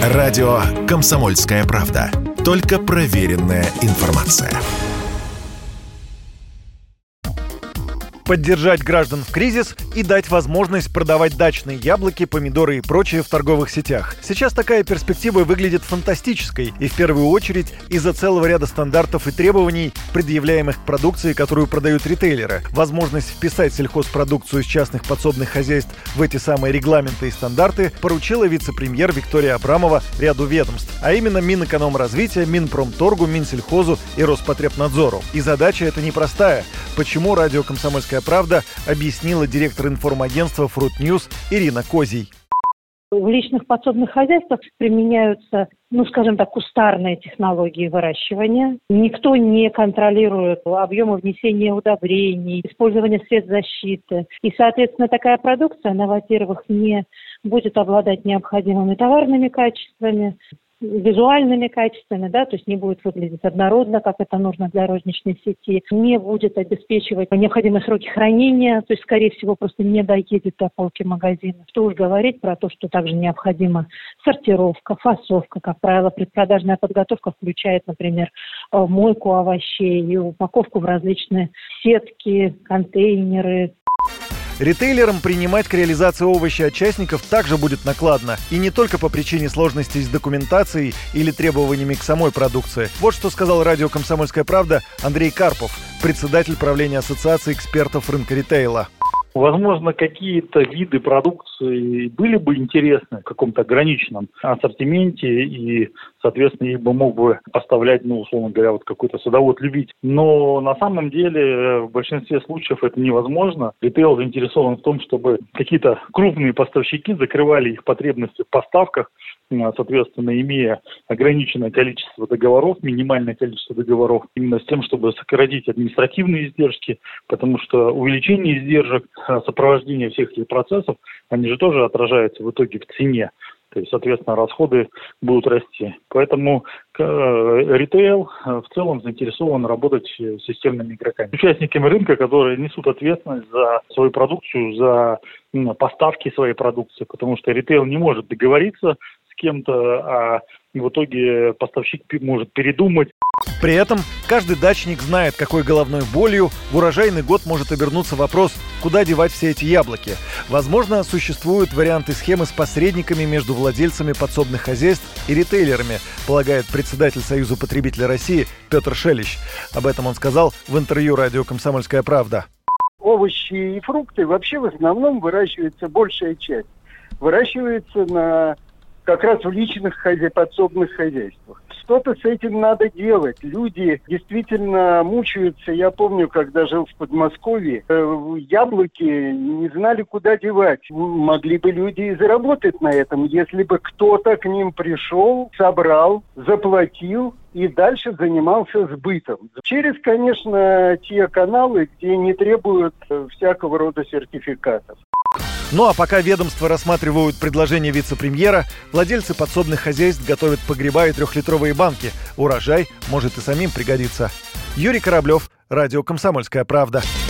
Радио «Комсомольская правда». Только проверенная информация. Поддержать граждан в кризис и дать возможность продавать дачные яблоки, помидоры и прочее в торговых сетях. Сейчас такая перспектива выглядит фантастической, и в первую очередь из-за целого ряда стандартов и требований, предъявляемых к продукции, которую продают ритейлеры. Возможность вписать сельхозпродукцию из частных подсобных хозяйств в эти самые регламенты и стандарты поручила вице-премьер Виктория Абрамова ряду ведомств, а именно Минэкономразвития, Минпромторгу, Минсельхозу и Роспотребнадзору. И задача эта непростая. Почему радио «Комсомольская правда» объяснила директор информагентства «Фрут Ньюс» Ирина Козий. В личных подсобных хозяйствах применяются, кустарные технологии выращивания. Никто не контролирует объемы внесения удобрений, использование средств защиты. И, соответственно, такая продукция, она, во-первых, не будет обладать необходимыми товарными качествами, визуальными качествами, то есть не будет выглядеть однородно, как это нужно для розничной сети, не будет обеспечивать необходимые сроки хранения, то есть, скорее всего, просто не доедет до полки магазина. Что уж говорить про то, что также необходима сортировка, фасовка, как правило, предпродажная подготовка включает, например, мойку овощей и упаковку в различные сетки, контейнеры. Ритейлерам принимать к реализации овощей от частников также будет накладно. И не только по причине сложностей с документацией или требованиями к самой продукции. Вот что сказал радио «Комсомольская правда» Андрей Карпов, председатель правления Ассоциации экспертов рынка ритейла. Возможно, какие-то виды продукции были бы интересны в каком-то ограниченном ассортименте, и, соответственно, их бы мог бы поставлять, условно говоря, какой-то садовод-любитель. Но на самом деле в большинстве случаев это невозможно. Ритейл заинтересован в том, чтобы какие-то крупные поставщики закрывали их потребности в поставках, соответственно, имея ограниченное количество договоров, минимальное количество договоров, именно с тем, чтобы сократить административные издержки, потому что увеличение издержек, сопровождение всех этих процессов, они же тоже отражаются в итоге в цене. То есть, соответственно, расходы будут расти. Поэтому ритейл в целом заинтересован работать с системными игроками. Участниками рынка, которые несут ответственность за свою продукцию, за поставки своей продукции, потому что ритейл не может договориться с кем-то, а в итоге поставщик может передумать. При этом каждый дачник знает, какой головной болью в урожайный год может обернуться вопрос, куда девать все эти яблоки. Возможно, существуют варианты схемы с посредниками между владельцами подсобных хозяйств и ритейлерами, полагает председатель Союза потребителей России Петр Шелищ. Об этом он сказал в интервью радио «Комсомольская правда». Овощи и фрукты вообще в основном выращивается большая часть. Выращивается как раз в личных подсобных хозяйствах. Что-то с этим надо делать. Люди действительно мучаются. Я помню, когда жил в Подмосковье, яблоки не знали, куда девать. Могли бы люди и заработать на этом, если бы кто-то к ним пришел, собрал, заплатил и дальше занимался сбытом. Через, конечно, те каналы, где не требуют всякого рода сертификатов. Ну а пока ведомства рассматривают предложение вице-премьера, владельцы подсобных хозяйств готовят погреба и 3-литровые банки. Урожай может и самим пригодиться. Юрий Кораблев, радио «Комсомольская правда».